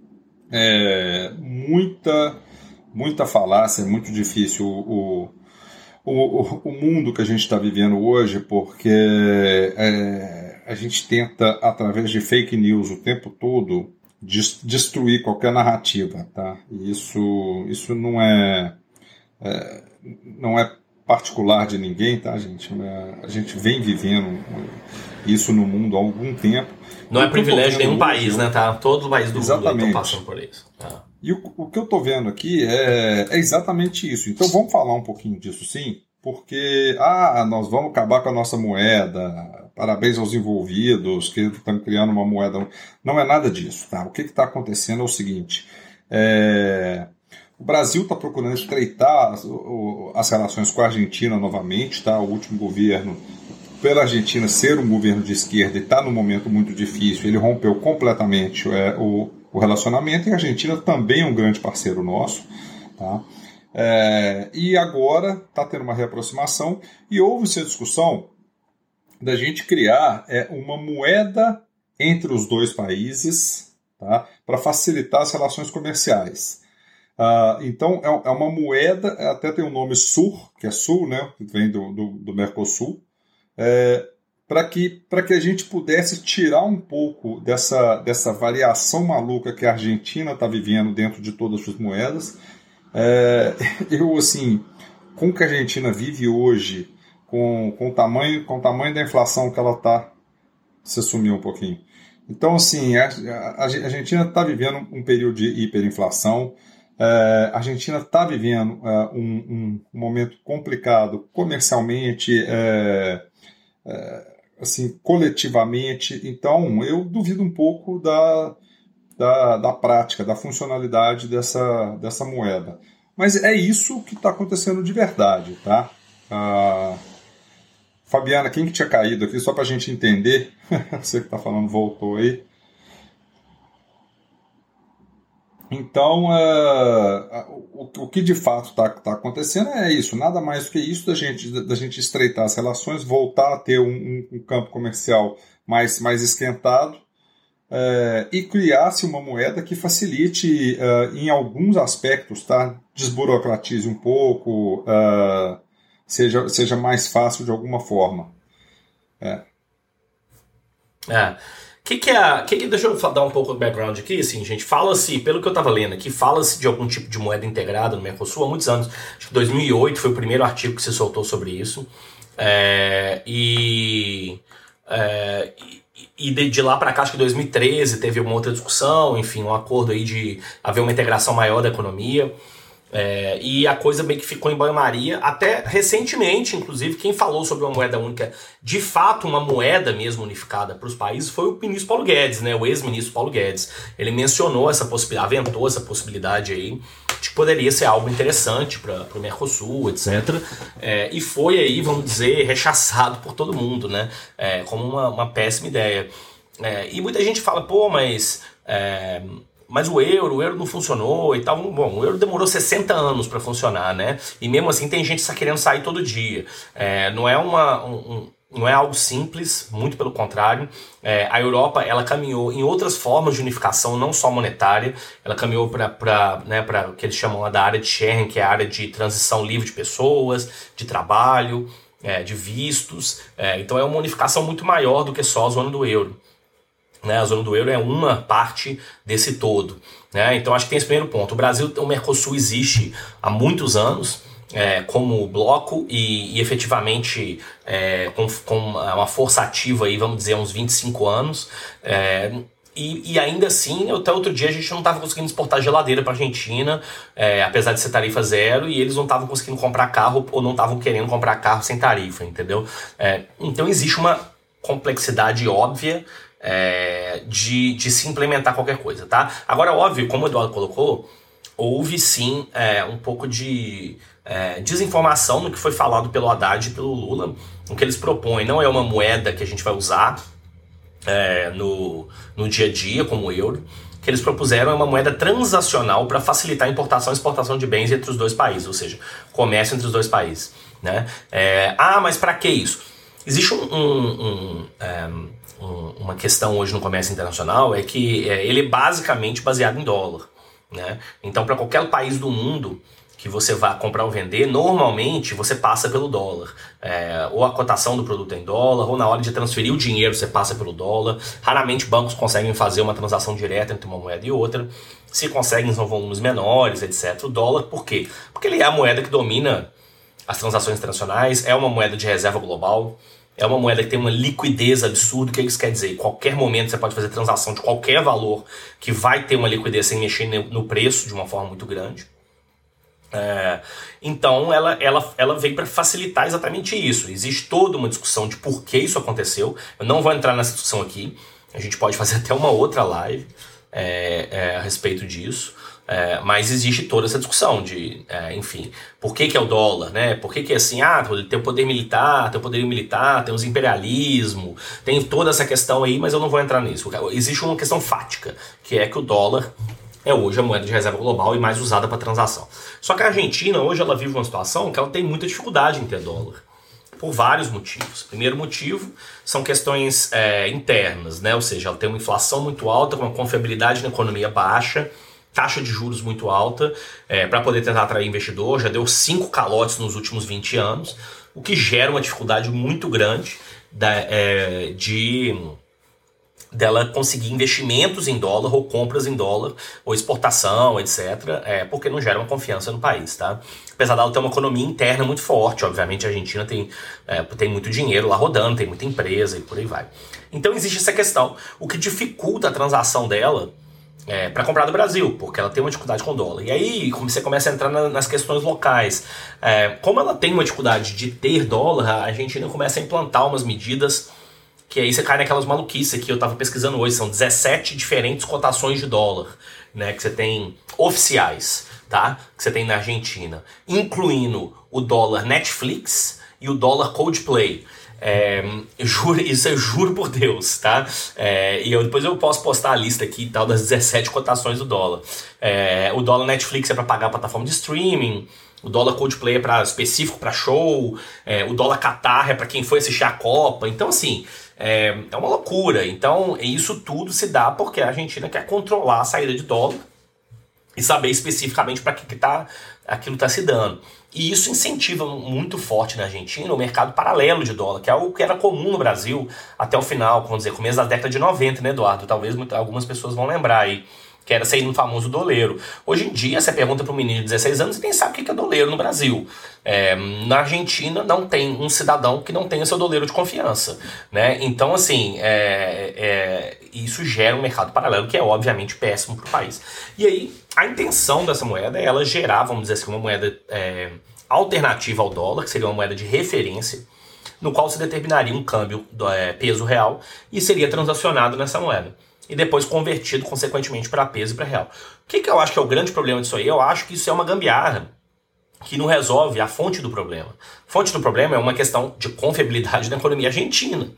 Muita falácia, é muito difícil o mundo que a gente está vivendo hoje, porque a gente tenta, através de fake news o tempo todo, destruir qualquer narrativa, tá? E isso não é particular de ninguém, tá, gente? A gente vem vivendo isso no mundo há algum tempo. Não é privilégio de nenhum país, né? Tá? Todo o país do mundo estão passando por isso. Tá. E o que eu estou vendo aqui é exatamente isso. Então vamos falar um pouquinho disso, sim, porque nós vamos acabar com a nossa moeda. Parabéns aos envolvidos que estão criando uma moeda. Não é nada disso, tá? O que está acontecendo é o seguinte: o Brasil está procurando estreitar as relações com a Argentina novamente, tá? O último governo, pela Argentina ser um governo de esquerda e está num momento muito difícil, ele rompeu completamente o relacionamento, e a Argentina também é um grande parceiro nosso, tá? E agora está tendo uma reaproximação, e houve-se a discussão da gente criar uma moeda entre os dois países, tá? Para facilitar as relações comerciais. Então é uma moeda, até tem o nome SUR, que é Sul, né? Que vem do Mercosul, para que a gente pudesse tirar um pouco dessa variação maluca que a Argentina está vivendo dentro de todas as suas moedas. Assim, com o que a Argentina vive hoje, com o tamanho da inflação que ela está, você sumiu um pouquinho. Então, assim, a Argentina está vivendo um período de hiperinflação. A Argentina está vivendo um momento complicado comercialmente, assim, coletivamente. Então, eu duvido um pouco da prática, da funcionalidade dessa moeda. Mas é isso que está acontecendo de verdade, tá? Fabiana, quem que tinha caído aqui, só para a gente entender? Você que está falando voltou aí. Então, o que de fato está acontecendo é isso, nada mais do que isso, da gente estreitar as relações, voltar a ter um campo comercial mais esquentado, e criar-se uma moeda que facilite em alguns aspectos, tá? Desburocratize um pouco, seja mais fácil de alguma forma. Deixa eu dar um pouco de background aqui, assim, gente. Fala-se, pelo que eu tava lendo aqui, fala-se de algum tipo de moeda integrada no Mercosul há muitos anos. Acho que 2008 foi o primeiro artigo que se soltou sobre isso. E de lá para cá, acho que 2013 teve uma outra discussão, enfim, um acordo aí de haver uma integração maior da economia. E a coisa meio que ficou em banho-maria. Até recentemente, inclusive, quem falou sobre uma moeda única, de fato uma moeda mesmo unificada para os países, foi o ministro Paulo Guedes, né? O ex-ministro Paulo Guedes. Ele mencionou essa possibilidade, aventou essa possibilidade aí, de que poderia ser algo interessante para o Mercosul, etc. E foi aí, vamos dizer, rechaçado por todo mundo, né? Como uma péssima ideia. E muita gente fala, pô, mas o euro não funcionou e tal. Bom, o euro demorou 60 anos para funcionar, né? E mesmo assim tem gente que está querendo sair todo dia. Não é Não é algo simples, muito pelo contrário. A Europa ela caminhou em outras formas de unificação, não só monetária. Ela caminhou para o que eles chamam lá da área de Schengen, que é a área de transição livre de pessoas, de trabalho, de vistos. Então é uma unificação muito maior do que só a zona do euro. A zona do euro é uma parte desse todo. Então acho que tem esse primeiro ponto. O Brasil, o Mercosul existe há muitos anos como bloco e efetivamente com uma força ativa, aí, vamos dizer, uns 25 anos. E ainda assim, até outro dia a gente não estava conseguindo exportar geladeira para a Argentina, apesar de ser tarifa zero, e eles não estavam conseguindo comprar carro ou não estavam querendo comprar carro sem tarifa, entendeu? Então existe uma complexidade óbvia de se implementar qualquer coisa, tá? Agora, óbvio, como o Eduardo colocou, houve sim um pouco de desinformação no que foi falado pelo Haddad e pelo Lula. O que eles propõem não é uma moeda que a gente vai usar no dia a dia, como o euro. O que eles propuseram é uma moeda transacional para facilitar a importação e exportação de bens entre os dois países, ou seja, comércio entre os dois países, né? Mas para que isso? Existe uma questão hoje no comércio internacional, é que ele é basicamente baseado em dólar, né? Então, para qualquer país do mundo que você vá comprar ou vender, normalmente você passa pelo dólar. Ou a cotação do produto é em dólar, ou na hora de transferir o dinheiro você passa pelo dólar. Raramente bancos conseguem fazer uma transação direta entre uma moeda e outra. Se conseguem, são volumes menores, etc. O dólar, por quê? Porque ele é a moeda que domina as transações internacionais, é uma moeda de reserva global, é uma moeda que tem uma liquidez absurda. O que isso quer dizer? Em qualquer momento você pode fazer transação de qualquer valor que vai ter uma liquidez sem mexer no preço de uma forma muito grande. Então ela veio para facilitar exatamente isso. Existe toda uma discussão de por que isso aconteceu. Eu não vou entrar nessa discussão aqui. A gente pode fazer até uma outra live a respeito disso. Mas existe toda essa discussão de, enfim, por que é o dólar, né? Por que é assim, tem o poder militar, tem o poderio militar, tem os imperialismo, tem toda essa questão aí, mas eu não vou entrar nisso. Existe uma questão fática, que é que o dólar é hoje a moeda de reserva global e mais usada para transação. Só que a Argentina hoje ela vive uma situação que ela tem muita dificuldade em ter dólar, por vários motivos. O primeiro motivo são questões internas, né? Ou seja, ela tem uma inflação muito alta, uma confiabilidade na economia baixa, taxa de juros muito alta, para poder tentar atrair investidor, já deu 5 calotes nos últimos 20 anos, o que gera uma dificuldade muito grande dela conseguir investimentos em dólar ou compras em dólar ou exportação, etc., porque não gera uma confiança no país, tá? Apesar dela ter uma economia interna muito forte, obviamente a Argentina tem muito dinheiro lá rodando, tem muita empresa e por aí vai. Então existe essa questão, o que dificulta a transação dela para comprar do Brasil, porque ela tem uma dificuldade com o dólar. E aí você começa a entrar nas questões locais. Como ela tem uma dificuldade de ter dólar, a Argentina começa a implantar umas medidas que aí você cai naquelas maluquices que eu estava pesquisando hoje. São 17 diferentes cotações de dólar, né, que você tem oficiais, tá? Que você tem na Argentina, incluindo o dólar Netflix e o dólar Coldplay. Isso eu juro por Deus, tá? Depois eu posso postar a lista aqui e tal das 17 cotações do dólar. O dólar Netflix é para pagar a plataforma de streaming, o dólar Coldplay é específico para show, o dólar Qatar é para quem foi assistir a Copa. Então, assim, é uma loucura. Então, isso tudo se dá porque a Argentina quer controlar a saída de dólar e saber especificamente para que aquilo está se dando. E isso incentiva muito forte na Argentina o mercado paralelo de dólar, que é algo que era comum no Brasil até o final, vamos dizer, começo da década de 90, né, Eduardo? Talvez algumas pessoas vão lembrar aí, que era sair no famoso doleiro. Hoje em dia, você pergunta para um menino de 16 anos e nem sabe o que é doleiro no Brasil. Na Argentina, não tem um cidadão que não tenha seu doleiro de confiança, né? Então, assim, isso gera um mercado paralelo que é, obviamente, péssimo para o país. E aí, a intenção dessa moeda é ela gerar, vamos dizer assim, uma moeda alternativa ao dólar, que seria uma moeda de referência, no qual se determinaria um câmbio peso real e seria transacionado nessa moeda. E depois convertido, consequentemente, para peso e para real. O que eu acho que é o grande problema disso aí? Eu acho que isso é uma gambiarra que não resolve a fonte do problema. A fonte do problema é uma questão de confiabilidade da economia argentina.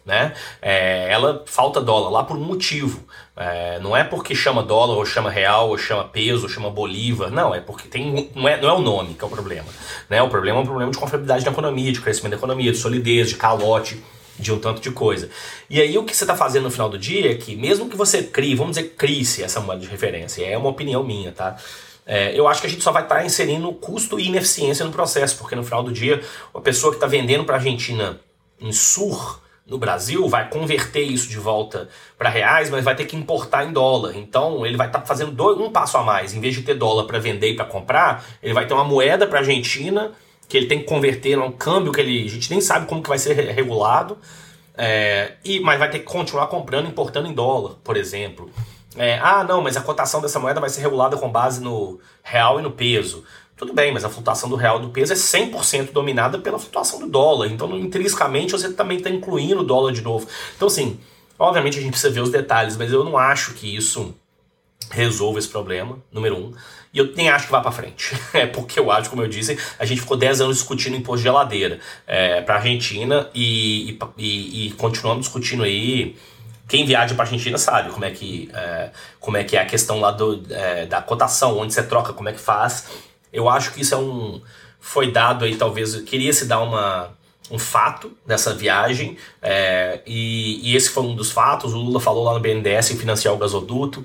né? Ela falta dólar lá por um motivo. Não é porque chama dólar, ou chama real, ou chama peso, ou chama bolívar. Não, é porque não é o nome que é o problema, né? O problema é um problema de confiabilidade da economia, de crescimento da economia, de solidez, de calote, de um tanto de coisa. E aí o que você está fazendo no final do dia é que, mesmo que você crie, vamos dizer, crie-se essa moeda de referência, é uma opinião minha, tá? Eu acho que a gente só vai estar inserindo custo e ineficiência no processo, porque no final do dia, a pessoa que está vendendo para a Argentina em SUR no Brasil vai converter isso de volta para reais, mas vai ter que importar em dólar. Então ele vai estar fazendo um passo a mais. Em vez de ter dólar para vender e para comprar, ele vai ter uma moeda para a Argentina que ele tem que converter num câmbio que a gente nem sabe como que vai ser regulado, mas vai ter que continuar comprando e importando em dólar, por exemplo. Não, mas a cotação dessa moeda vai ser regulada com base no real e no peso. Tudo bem, mas a flutuação do real e do peso é 100% dominada pela flutuação do dólar. Então, intrinsecamente, você também está incluindo o dólar de novo. Então, assim, obviamente a gente precisa ver os detalhes, mas eu não acho que isso resolva esse problema, número 1. E eu nem acho que vá para frente. Porque eu acho, como eu disse, a gente ficou 10 anos discutindo imposto de geladeira para a Argentina e continuamos discutindo aí. Quem viaja para a Argentina sabe como é que é a questão lá da cotação, onde você troca, como é que faz. Eu acho que isso foi dado aí, talvez, queria se dar um fato dessa viagem, e esse foi um dos fatos. O Lula falou lá no BNDES em financiar o gasoduto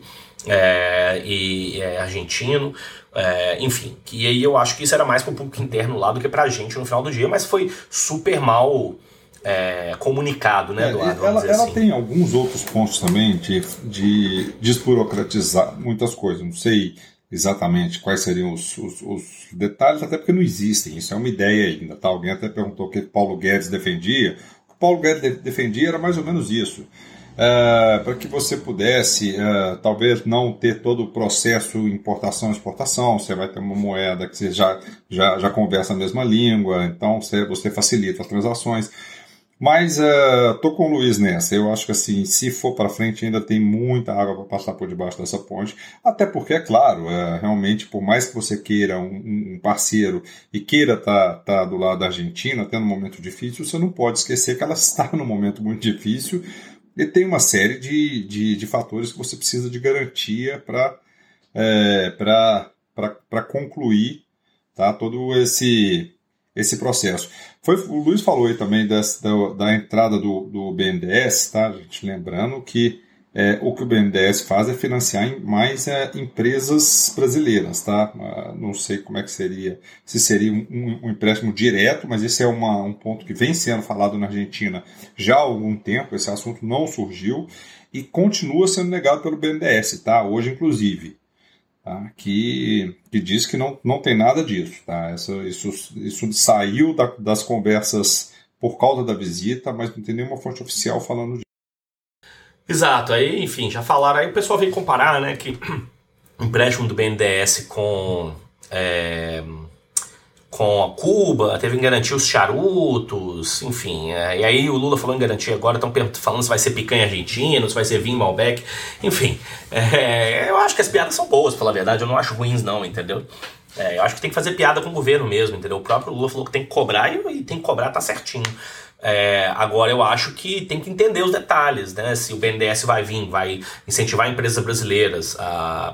argentino, enfim. E aí eu acho que isso era mais para o público interno lá do que para a gente no final do dia, mas foi super mal comunicado, né, Eduardo? Ela tem alguns outros pontos também de desburocratizar muitas coisas. Não sei exatamente quais seriam os detalhes, até porque não existem. Isso é uma ideia ainda. Tá? Alguém até perguntou o que Paulo Guedes defendia. O que Paulo Guedes defendia era mais ou menos isso. Para que você pudesse, talvez não ter todo o processo importação e exportação, você vai ter uma moeda que você já conversa a mesma língua, então você facilita as transações. Mas tô com o Luiz nessa. Eu acho que assim, se for para frente, ainda tem muita água para passar por debaixo dessa ponte. Até porque, é claro, realmente, por mais que você queira um parceiro e queira tá do lado da Argentina, até num momento difícil, você não pode esquecer que ela está num momento muito difícil e tem uma série de fatores que você precisa de garantia para concluir, tá, todo esse processo. O Luiz falou aí também da entrada do BNDES, tá, gente? Lembrando que o que o BNDES faz é financiar mais empresas brasileiras, tá? Não sei como é que seria, se seria um empréstimo direto, mas esse é um ponto que vem sendo falado na Argentina já há algum tempo. Esse assunto não surgiu e continua sendo negado pelo BNDES, tá? Hoje, inclusive. Tá, que diz que não tem nada disso. Tá? Isso saiu das conversas por causa da visita, mas não tem nenhuma fonte oficial falando disso. Exato, aí, enfim, já falaram, aí o pessoal veio comparar, né, que o empréstimo do BNDES com a Cuba, teve em garantir os charutos, enfim. E aí o Lula falou em garantia agora, estão falando se vai ser picanha argentina, se vai ser vinho Malbec, enfim. Eu acho que as piadas são boas, pra falar a verdade, eu não acho ruins não, entendeu? Eu acho que tem que fazer piada com o governo mesmo, entendeu? O próprio Lula falou que tem que cobrar e tem que cobrar, tá certinho. Agora eu acho que tem que entender os detalhes, né? Se o BNDES vai incentivar empresas brasileiras a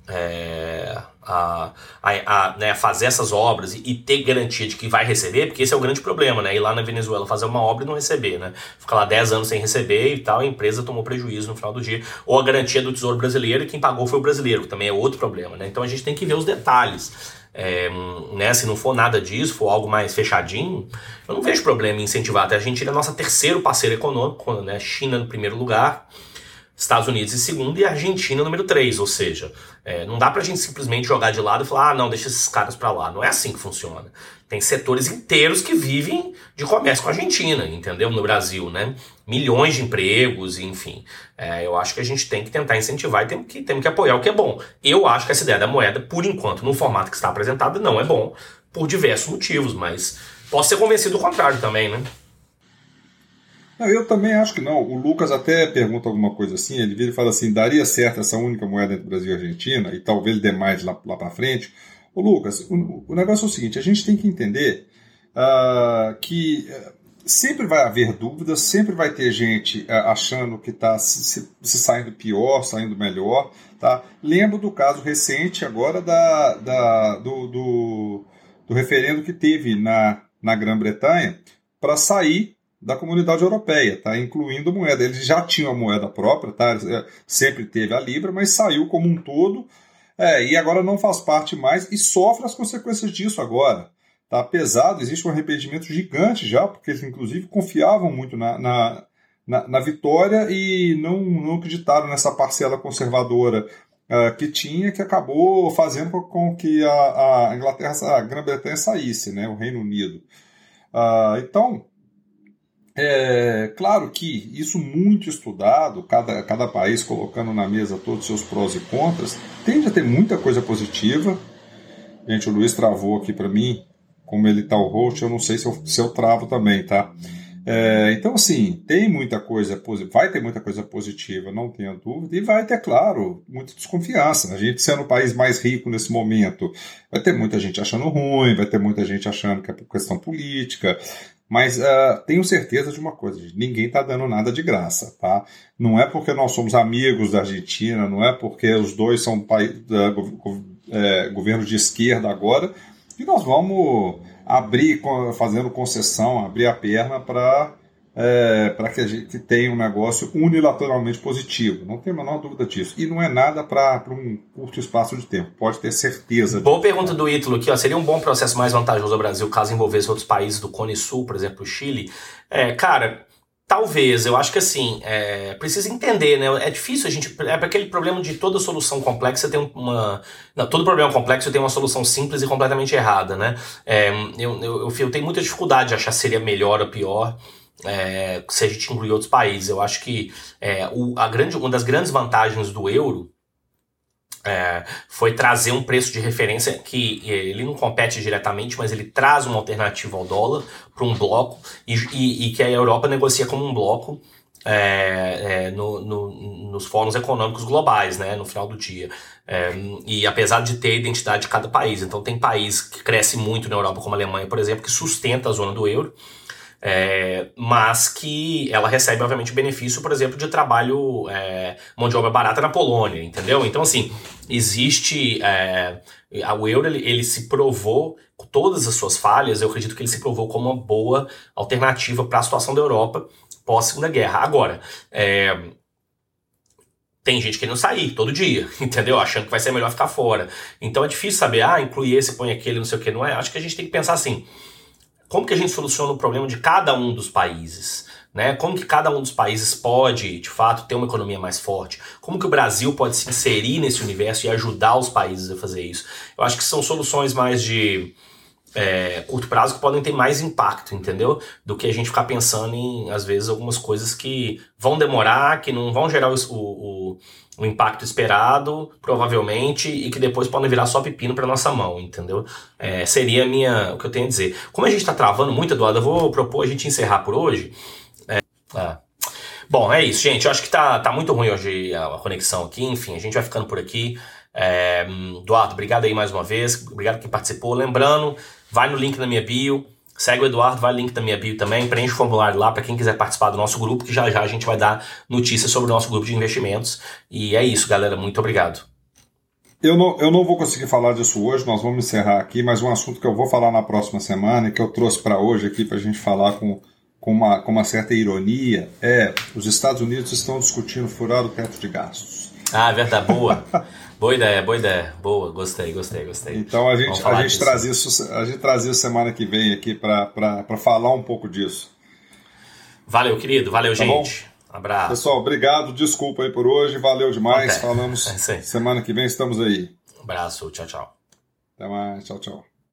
fazer essas obras e ter garantia de que vai receber, porque esse é o grande problema, né? Ir lá na Venezuela fazer uma obra e não receber, né? Ficar lá 10 anos sem receber e tal, a empresa tomou prejuízo no final do dia. Ou a garantia do Tesouro Brasileiro e quem pagou foi o brasileiro, que também é outro problema, né? Então a gente tem que ver os detalhes. Né? Se não for nada disso, for algo mais fechadinho, eu não vejo problema em incentivar. Até a Argentina é nosso terceiro parceiro econômico, né? China no primeiro lugar, Estados Unidos em segundo e Argentina número 3, ou seja, não dá pra gente simplesmente jogar de lado e falar, não, deixa esses caras pra lá. Não é assim que funciona. Tem setores inteiros que vivem de comércio com a Argentina, entendeu? No Brasil, né? Milhões de empregos, enfim. Eu acho que a gente tem que tentar incentivar e temos que apoiar o que é bom. Eu acho que essa ideia da moeda, por enquanto, no formato que está apresentado, não é bom, por diversos motivos, mas posso ser convencido do contrário também, né? Eu também acho que não. O Lucas até pergunta alguma coisa assim, ele vira e fala assim, daria certo essa única moeda entre Brasil e Argentina, e talvez dê mais lá para frente. Ô Lucas, o negócio é o seguinte, a gente tem que entender que sempre vai haver dúvidas, sempre vai ter gente achando que está se saindo pior, saindo melhor. Tá? Lembro do caso recente agora do referendo que teve na Grã-Bretanha para sair da comunidade europeia, tá? Incluindo moeda. Eles já tinham a moeda própria, tá? Sempre teve a Libra, mas saiu como um todo e agora não faz parte mais e sofre as consequências disso agora. Tá pesado, existe um arrependimento gigante já, porque eles inclusive confiavam muito na vitória e não acreditaram nessa parcela conservadora que tinha, que acabou fazendo com que a Inglaterra, a Grã-Bretanha saísse, né, o Reino Unido. Então, claro que isso muito estudado, cada país colocando na mesa todos os seus prós e contras, tende a ter muita coisa positiva. Gente, o Luiz travou aqui para mim. Como ele está o host, eu não sei se eu travo também, tá? Então, assim, tem muita coisa positiva, vai ter muita coisa positiva, não tenha dúvida, e vai ter, claro, muita desconfiança. A gente sendo o país mais rico nesse momento, vai ter muita gente achando ruim, vai ter muita gente achando que é por questão política, mas tenho certeza de uma coisa, ninguém está dando nada de graça, tá? Não é porque nós somos amigos da Argentina, não é porque os dois são governos de esquerda agora, e nós vamos abrir, fazendo concessão, abrir a perna para que a gente tenha um negócio unilateralmente positivo. Não tem a menor dúvida disso. E não é nada para um curto espaço de tempo. Pode ter certeza. Boa pergunta do Ítalo aqui. Seria um bom processo mais vantajoso ao Brasil caso envolvesse outros países do Cone Sul, por exemplo, o Chile? Cara... Talvez, eu acho que assim, precisa entender, né? É difícil a gente... É para aquele problema de toda solução complexa tem uma... Não, todo problema complexo tem uma solução simples e completamente errada, né? Eu tenho muita dificuldade de achar se seria melhor ou pior se a gente incluir outros países. Eu acho que uma das grandes vantagens do euro foi trazer um preço de referência que ele não compete diretamente, mas ele traz uma alternativa ao dólar para um bloco e que a Europa negocia como um bloco nos fóruns econômicos globais, né, no final do dia. E apesar de ter a identidade de cada país. Então tem país que cresce muito na Europa, como a Alemanha, por exemplo, que sustenta a zona do euro. Mas que ela recebe, obviamente, o benefício, por exemplo, de trabalho, mão de obra barata na Polônia, entendeu? Então, assim, existe... o euro, ele se provou, com todas as suas falhas, eu acredito que ele se provou como uma boa alternativa para a situação da Europa pós-Segunda Guerra. Agora, tem gente querendo sair todo dia, entendeu? Achando que vai ser melhor ficar fora. Então é difícil saber, inclui esse, põe aquele, não sei o que, não é? Acho que a gente tem que pensar assim... Como que a gente soluciona o problema de cada um dos países? Né? Como que cada um dos países pode, de fato, ter uma economia mais forte? Como que o Brasil pode se inserir nesse universo e ajudar os países a fazer isso? Eu acho que são soluções mais de curto prazo que podem ter mais impacto, entendeu? Do que a gente ficar pensando em, às vezes, algumas coisas que vão demorar, que não vão gerar o impacto esperado, provavelmente, e que depois podem virar só pepino para nossa mão, entendeu? Seria o que eu tenho a dizer. Como a gente está travando muito, Eduardo, eu vou propor a gente encerrar por hoje. Bom, é isso, gente. Eu acho que tá muito ruim hoje a conexão aqui. Enfim, a gente vai ficando por aqui. Eduardo, obrigado aí mais uma vez. Obrigado quem participou. Lembrando, vai no link na minha bio. Segue o Eduardo, vai no link da minha bio também, preenche o formulário lá para quem quiser participar do nosso grupo, que já já a gente vai dar notícias sobre o nosso grupo de investimentos. E é isso, galera, muito obrigado. Eu não vou conseguir falar disso hoje, nós vamos encerrar aqui, mas um assunto que eu vou falar na próxima semana e que eu trouxe para hoje aqui para a gente falar com uma certa ironia os Estados Unidos estão discutindo furar o teto de gastos. É verdade, boa. Boa ideia. Boa, gostei. Então a gente traz isso semana que vem aqui para falar um pouco disso. Valeu, querido. Valeu, tá gente. Bom? Abraço. Pessoal, obrigado. Desculpa aí por hoje. Valeu demais. Falamos semana que vem. Estamos aí. Abraço. Tchau. Até mais. Tchau.